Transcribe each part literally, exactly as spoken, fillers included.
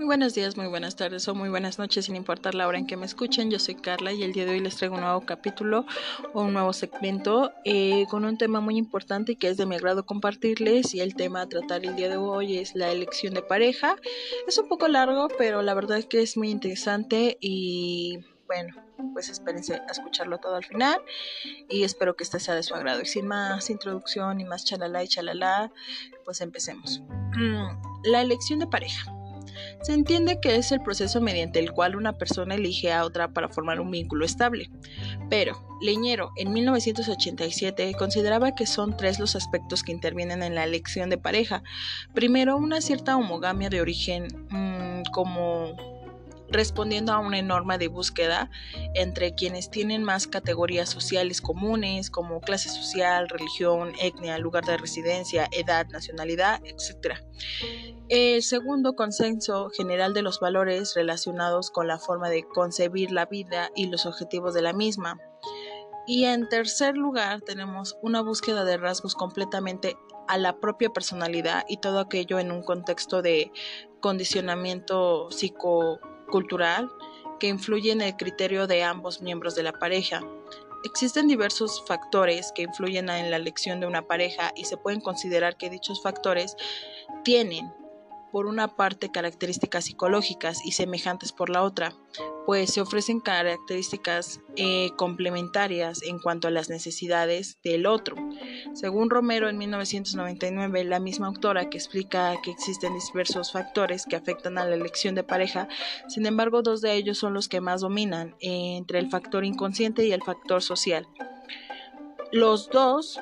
buenos días, muy buenas tardes o muy buenas noches, sin importar la hora en que me escuchen. Yo soy Carla y el día de hoy les traigo un nuevo capítulo o un nuevo segmento eh, con un tema muy importante y que es de mi agrado compartirles. Y el tema a tratar el día de hoy es la elección de pareja. Es un poco largo, pero la verdad es que es muy interesante y bueno, pues espérense a escucharlo todo al final y espero que este sea de su agrado. Y sin más introducción y más chalala y chalala, pues empecemos. La elección de pareja. Se entiende que es el proceso mediante el cual una persona elige a otra para formar un vínculo estable. Pero Leñero, en mil novecientos ochenta y siete, consideraba que son tres los aspectos que intervienen en la elección de pareja. Primero, una cierta homogamia de origen, mmm, como respondiendo a una norma de búsqueda entre quienes tienen más categorías sociales comunes como clase social, religión, etnia, lugar de residencia, edad, nacionalidad, etcétera. El segundo, consenso general de los valores relacionados con la forma de concebir la vida y los objetivos de la misma. Y en tercer lugar tenemos una búsqueda de rasgos completamente a la propia personalidad y todo aquello en un contexto de condicionamiento psicocultural que influye en el criterio de ambos miembros de la pareja. Existen diversos factores que influyen en la elección de una pareja y se pueden considerar que dichos factores tienen, por una parte, características psicológicas y semejantes por la otra, pues se ofrecen características eh, complementarias en cuanto a las necesidades del otro. Según Romero, en mil novecientos noventa y nueve, la misma autora que explica que existen diversos factores que afectan a la elección de pareja, sin embargo, dos de ellos son los que más dominan, eh, entre el factor inconsciente y el factor social. Los dos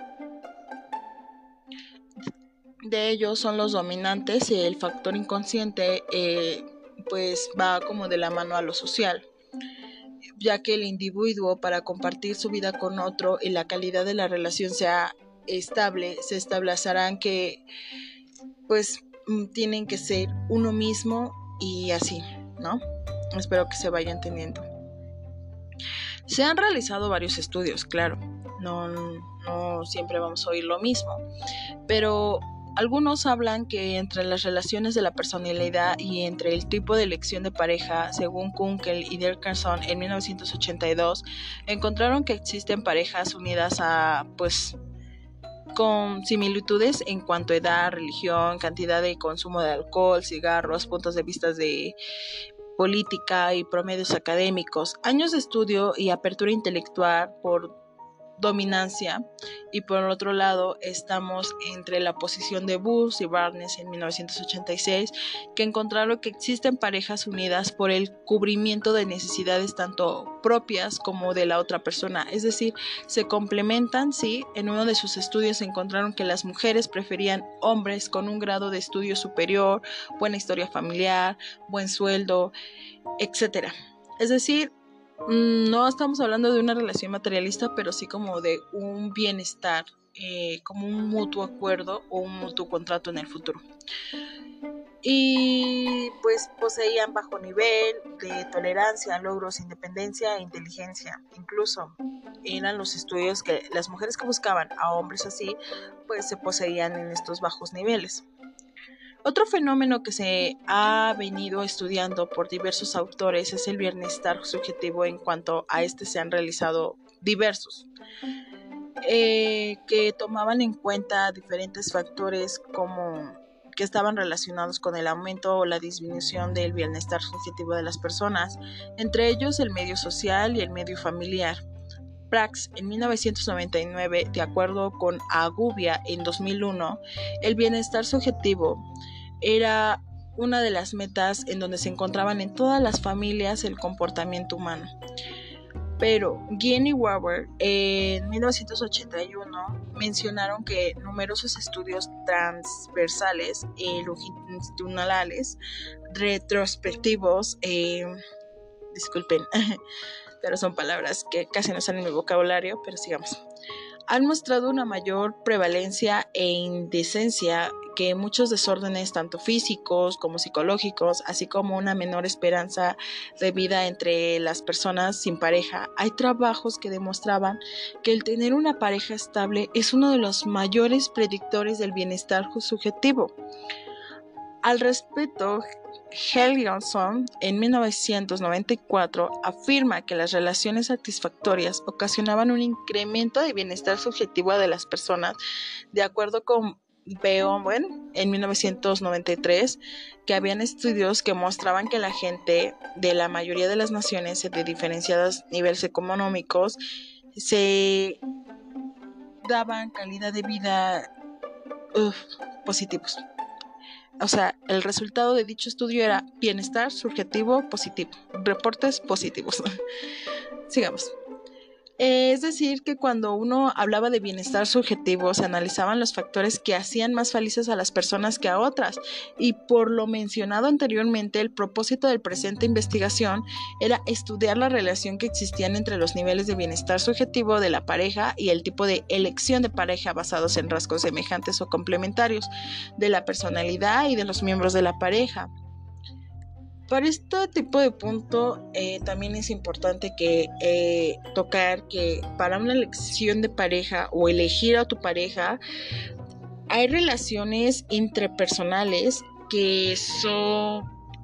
de ellos son los dominantes y el factor inconsciente eh, pues va como de la mano a lo social, ya que el individuo, para compartir su vida con otro y la calidad de la relación sea estable, se establecerán que pues tienen que ser uno mismo y así, ¿no? Espero que se vaya entendiendo. Se han realizado varios estudios, claro, no, no siempre vamos a oír lo mismo, pero algunos hablan que entre las relaciones de la personalidad y entre el tipo de elección de pareja, según Kunkel y Dickerson en mil novecientos ochenta y dos, encontraron que existen parejas unidas a, pues, con similitudes en cuanto a edad, religión, cantidad de consumo de alcohol, cigarros, puntos de vista de política y promedios académicos, años de estudio y apertura intelectual por dominancia, y por otro lado estamos entre la posición de Bush y Barnes en mil novecientos ochenta y seis, que encontraron que existen parejas unidas por el cubrimiento de necesidades tanto propias como de la otra persona, es decir, se complementan. Sí, en uno de sus estudios encontraron que las mujeres preferían hombres con un grado de estudio superior, buena historia familiar, buen sueldo, etcétera. Es decir, no estamos hablando de una relación materialista, pero sí como de un bienestar, eh, como un mutuo acuerdo o un mutuo contrato en el futuro. Y pues poseían bajo nivel de tolerancia, logros, independencia e inteligencia. Incluso eran los estudios que las mujeres que buscaban a hombres así, pues se poseían en estos bajos niveles. Otro fenómeno que se ha venido estudiando por diversos autores es el bienestar subjetivo. En cuanto a este se han realizado diversos, eh, que tomaban en cuenta diferentes factores como que estaban relacionados con el aumento o la disminución del bienestar subjetivo de las personas, entre ellos el medio social y el medio familiar. Prax, en mil novecientos noventa y nueve, de acuerdo con Agubia en dos mil uno, el bienestar subjetivo era una de las metas en donde se encontraban en todas las familias el comportamiento humano. Pero Guien y Weber en mil novecientos ochenta y uno mencionaron que numerosos estudios transversales y longitudinales retrospectivos, eh, disculpen, pero son palabras que casi no salen en mi vocabulario, pero sigamos, han mostrado una mayor prevalencia e indecencia que muchos desórdenes tanto físicos como psicológicos, así como una menor esperanza de vida entre las personas sin pareja. Hay trabajos que demostraban que el tener una pareja estable es uno de los mayores predictores del bienestar subjetivo. Al respecto, Helgason en mil novecientos noventa y cuatro afirma que las relaciones satisfactorias ocasionaban un incremento de bienestar subjetivo de las personas, de acuerdo con Beowen en mil novecientos noventa y tres, que habían estudios que mostraban que la gente de la mayoría de las naciones de diferenciados niveles económicos se daban calidad de vida uf, positivos. O sea, el resultado de dicho estudio era bienestar subjetivo positivo, reportes positivos. Sigamos. Eh, es decir, que cuando uno hablaba de bienestar subjetivo, se analizaban los factores que hacían más felices a las personas que a otras, y por lo mencionado anteriormente, el propósito del presente investigación era estudiar la relación que existían entre los niveles de bienestar subjetivo de la pareja y el tipo de elección de pareja basados en rasgos semejantes o complementarios de la personalidad y de los miembros de la pareja. Para este tipo de punto eh, también es importante que eh, tocar que para una elección de pareja o elegir a tu pareja hay relaciones interpersonales que son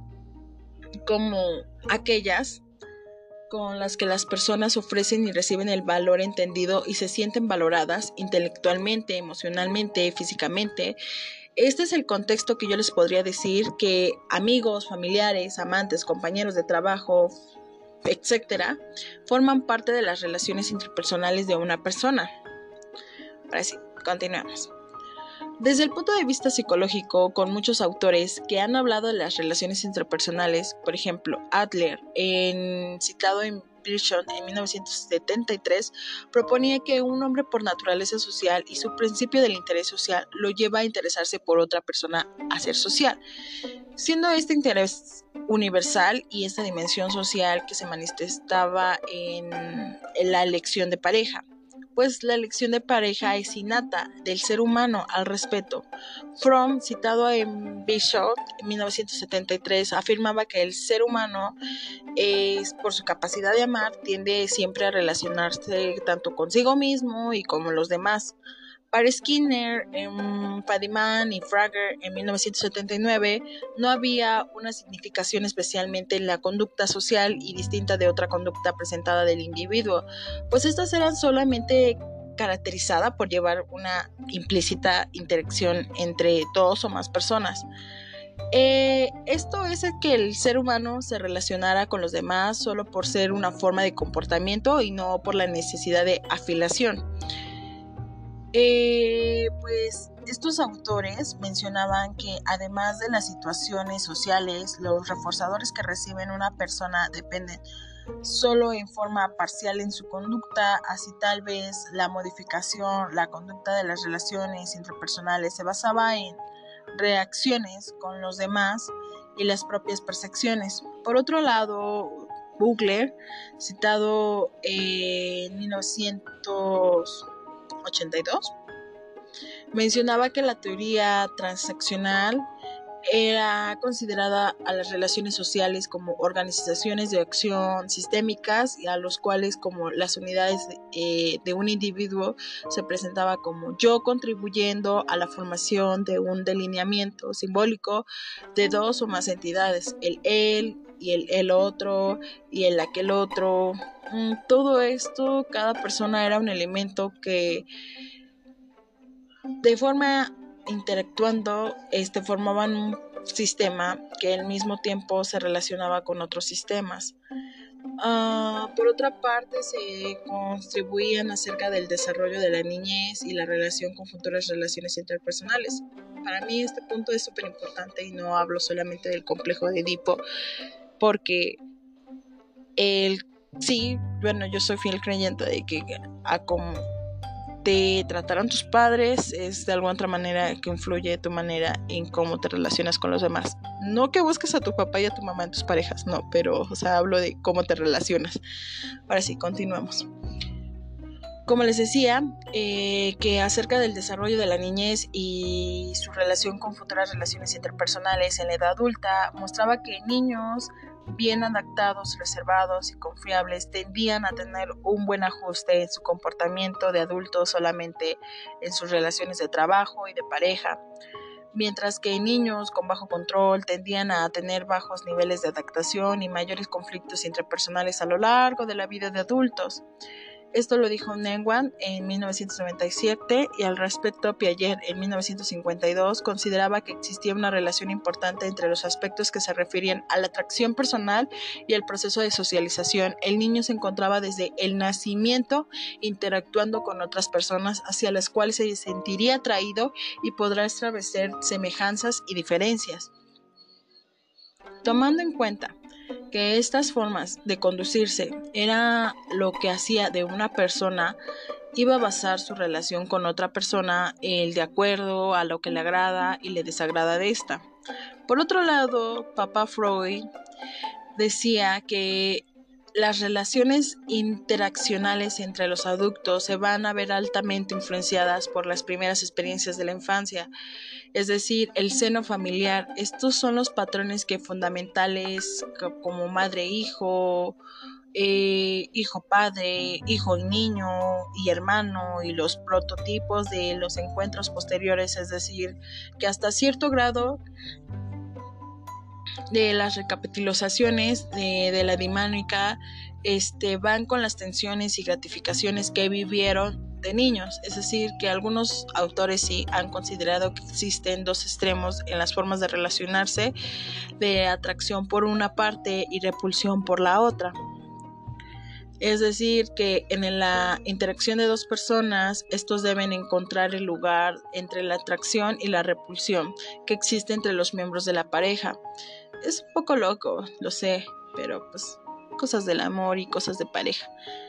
como aquellas con las que las personas ofrecen y reciben el valor entendido y se sienten valoradas intelectualmente, emocionalmente, físicamente. Este es el contexto que yo les podría decir que amigos, familiares, amantes, compañeros de trabajo, etcétera, forman parte de las relaciones interpersonales de una persona. Ahora sí, continuamos. Desde el punto de vista psicológico, con muchos autores que han hablado de las relaciones interpersonales, por ejemplo, Adler, en, citado en Pearson en mil novecientos setenta y tres, proponía que un hombre por naturaleza social y su principio del interés social lo lleva a interesarse por otra persona a ser social, siendo este interés universal y esta dimensión social que se manifestaba en, en la elección de pareja. Pues la elección de pareja es innata del ser humano al respeto. Fromm, citado en Bishop en mil novecientos setenta y tres, afirmaba que el ser humano, es, por su capacidad de amar, tiende siempre a relacionarse tanto consigo mismo y con los demás. Para Skinner, en Fadiman y Frege en mil novecientos setenta y nueve, no había una significación especialmente en la conducta social y distinta de otra conducta presentada del individuo, pues estas eran solamente caracterizadas por llevar una implícita interacción entre dos o más personas. Eh, esto es el que el ser humano se relacionara con los demás solo por ser una forma de comportamiento y no por la necesidad de afiliación. Eh, pues estos autores mencionaban que además de las situaciones sociales, los reforzadores que reciben una persona dependen solo en forma parcial en su conducta, así tal vez la modificación, la conducta de las relaciones interpersonales se basaba en reacciones con los demás y las propias percepciones. Por otro lado, Bugler, citado en mil novecientos ochenta y dos, mencionaba que la teoría transaccional era considerada a las relaciones sociales como organizaciones de acción sistémicas y a los cuales como las unidades eh, de un individuo se presentaba como yo contribuyendo a la formación de un delineamiento simbólico de dos o más entidades, el él y el el otro y el aquel otro. Todo esto, cada persona era un elemento que de forma interactuando este, formaban un sistema que al mismo tiempo se relacionaba con otros sistemas. Uh, por otra parte, se contribuían acerca del desarrollo de la niñez y la relación con futuras relaciones interpersonales. Para mí este punto es súper importante y no hablo solamente del complejo de Edipo, porque el sí, bueno, yo soy fiel creyente de que a como te tratarán tus padres es de alguna otra manera que influye tu manera en cómo te relacionas con los demás. No que busques a tu papá y a tu mamá en tus parejas, no, pero, o sea, hablo de cómo te relacionas. Ahora sí, continuamos. Como les decía, eh, que acerca del desarrollo de la niñez y su relación con futuras relaciones interpersonales en la edad adulta, mostraba que niños bien adaptados, reservados y confiables tendían a tener un buen ajuste en su comportamiento de adultos solamente en sus relaciones de trabajo y de pareja, mientras que niños con bajo control tendían a tener bajos niveles de adaptación y mayores conflictos interpersonales a lo largo de la vida de adultos. Esto lo dijo Neumann en mil novecientos noventa y siete y al respecto Piaget en mil novecientos cincuenta y dos consideraba que existía una relación importante entre los aspectos que se referían a la atracción personal y el proceso de socialización. El niño se encontraba desde el nacimiento interactuando con otras personas hacia las cuales se sentiría atraído y podrá establecer semejanzas y diferencias. Tomando en cuenta que estas formas de conducirse era lo que hacía de una persona, iba a basar su relación con otra persona el de acuerdo a lo que le agrada y le desagrada de esta. Por otro lado, Papa Freud decía que las relaciones interaccionales entre los adultos se van a ver altamente influenciadas por las primeras experiencias de la infancia, es decir, el seno familiar. Estos son los patrones que fundamentales como madre-hijo, eh, hijo-padre, hijo y niño y hermano y los prototipos de los encuentros posteriores, es decir, que hasta cierto grado de las recapitulaciones de, de la dinámica este, van con las tensiones y gratificaciones que vivieron de niños, es decir, que algunos autores sí han considerado que existen dos extremos en las formas de relacionarse, de atracción por una parte y repulsión por la otra. Es decir, que en la interacción de dos personas, estos deben encontrar el lugar entre la atracción y la repulsión que existe entre los miembros de la pareja. Es un poco loco, lo sé, pero pues cosas del amor y cosas de pareja.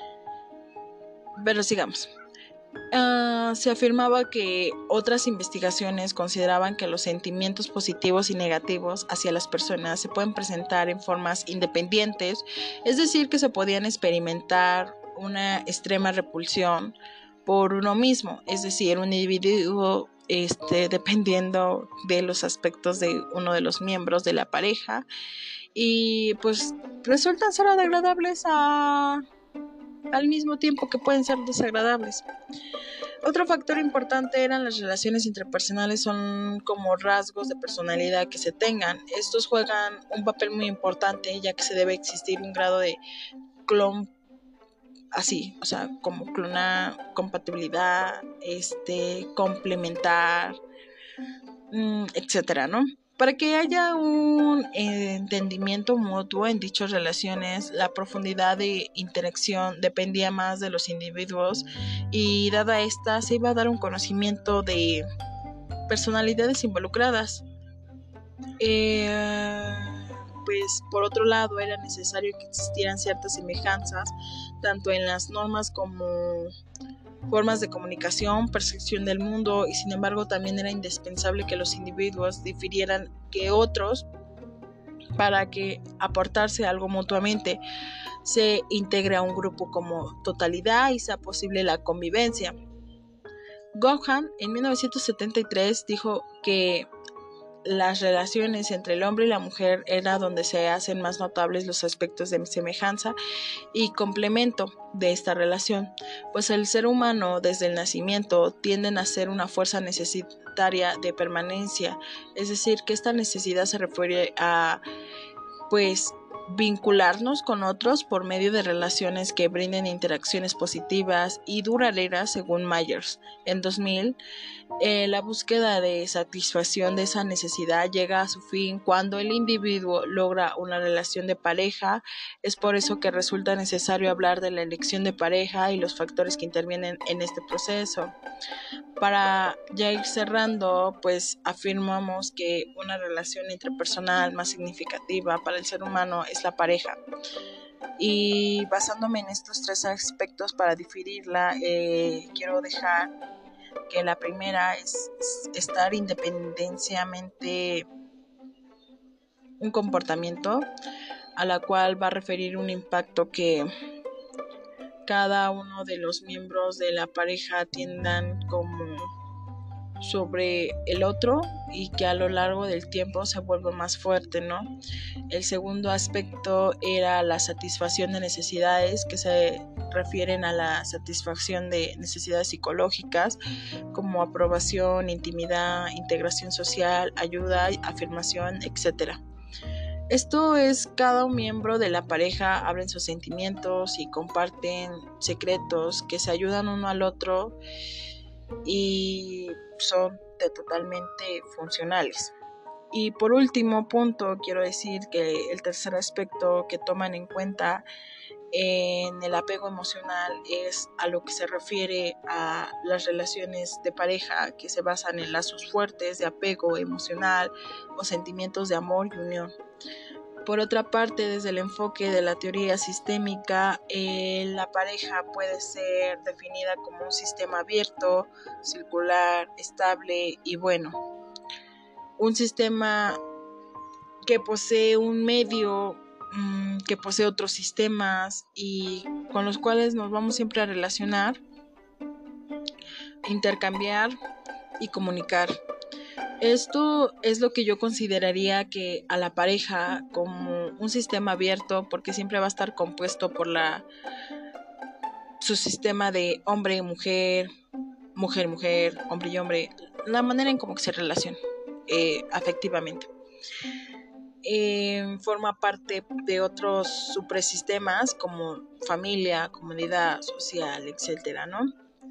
Pero sigamos. Uh, se afirmaba que otras investigaciones consideraban que los sentimientos positivos y negativos hacia las personas se pueden presentar en formas independientes, es decir, que se podían experimentar una extrema repulsión por uno mismo, es decir, un individuo este, dependiendo de los aspectos de uno de los miembros de la pareja y pues resultan ser agradables a... al mismo tiempo que pueden ser desagradables. Otro factor importante eran las relaciones interpersonales, son como rasgos de personalidad que se tengan. Estos juegan un papel muy importante ya que se debe existir un grado de clon, así, o sea, como clonar, compatibilidad, este, complementar, mmm, etcétera, ¿no? Para que haya un entendimiento mutuo en dichas relaciones, la profundidad de interacción dependía más de los individuos y dada esta se iba a dar un conocimiento de personalidades involucradas. Eh, pues por otro lado era necesario que existieran ciertas semejanzas tanto en las normas como formas de comunicación, percepción del mundo y sin embargo también era indispensable que los individuos difirieran que otros para que aportarse algo mutuamente se integre a un grupo como totalidad y sea posible la convivencia. Gohan en mil novecientos setenta y tres dijo que las relaciones entre el hombre y la mujer era donde se hacen más notables los aspectos de semejanza y complemento de esta relación, pues el ser humano desde el nacimiento tienden a ser una fuerza necesitaria de permanencia, es decir, que esta necesidad se refiere a pues vincularnos con otros por medio de relaciones que brinden interacciones positivas y duraderas según Myers. En dos mil, eh, la búsqueda de satisfacción de esa necesidad llega a su fin cuando el individuo logra una relación de pareja. Es por eso que resulta necesario hablar de la elección de pareja y los factores que intervienen en este proceso. Para ya ir cerrando, pues afirmamos que una relación interpersonal más significativa para el ser humano es la pareja. Y basándome en estos tres aspectos para definirla, eh, quiero dejar que la primera es estar independientemente un comportamiento a la cual va a referir un impacto que cada uno de los miembros de la pareja tiendan como sobre el otro y que a lo largo del tiempo se vuelve más fuerte, ¿no? El segundo aspecto era la satisfacción de necesidades que se refieren a la satisfacción de necesidades psicológicas como aprobación, intimidad, integración social, ayuda, afirmación, etcétera. Esto es cada miembro de la pareja abren sus sentimientos y comparten secretos que se ayudan uno al otro y son de totalmente funcionales. Y por último punto, quiero decir que el tercer aspecto que toman en cuenta en el apego emocional es a lo que se refiere a las relaciones de pareja que se basan en lazos fuertes de apego emocional o sentimientos de amor y unión. Por otra parte, desde el enfoque de la teoría sistémica, eh, la pareja puede ser definida como un sistema abierto, circular, estable y bueno. Un sistema que posee un medio, mmm, que posee otros sistemas y con los cuales nos vamos siempre a relacionar, intercambiar y comunicar. Esto es lo que yo consideraría que a la pareja como un sistema abierto, porque siempre va a estar compuesto por la su sistema de hombre y mujer, mujer mujer, hombre y hombre, la manera en cómo se relacionan eh, afectivamente. Eh, forma parte de otros suprasistemas como familia, comunidad, social, etcétera, ¿no?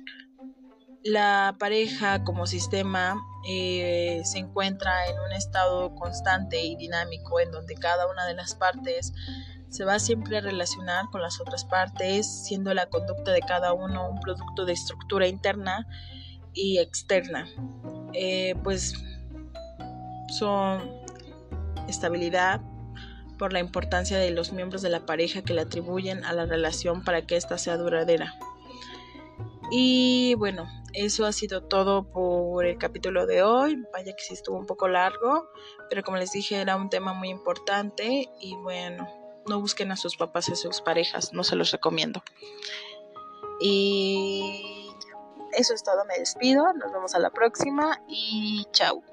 La pareja como sistema eh, se encuentra en un estado constante y dinámico en donde cada una de las partes se va siempre a relacionar con las otras partes, siendo la conducta de cada uno un producto de estructura interna y externa. Eh, pues son estabilidad por la importancia de los miembros de la pareja que le atribuyen a la relación para que ésta sea duradera. Y bueno, eso ha sido todo por el capítulo de hoy. Vaya que sí estuvo un poco largo, pero como les dije era un tema muy importante y bueno, no busquen a sus papás y a sus parejas, no se los recomiendo. Y eso es todo, me despido, nos vemos a la próxima y chao.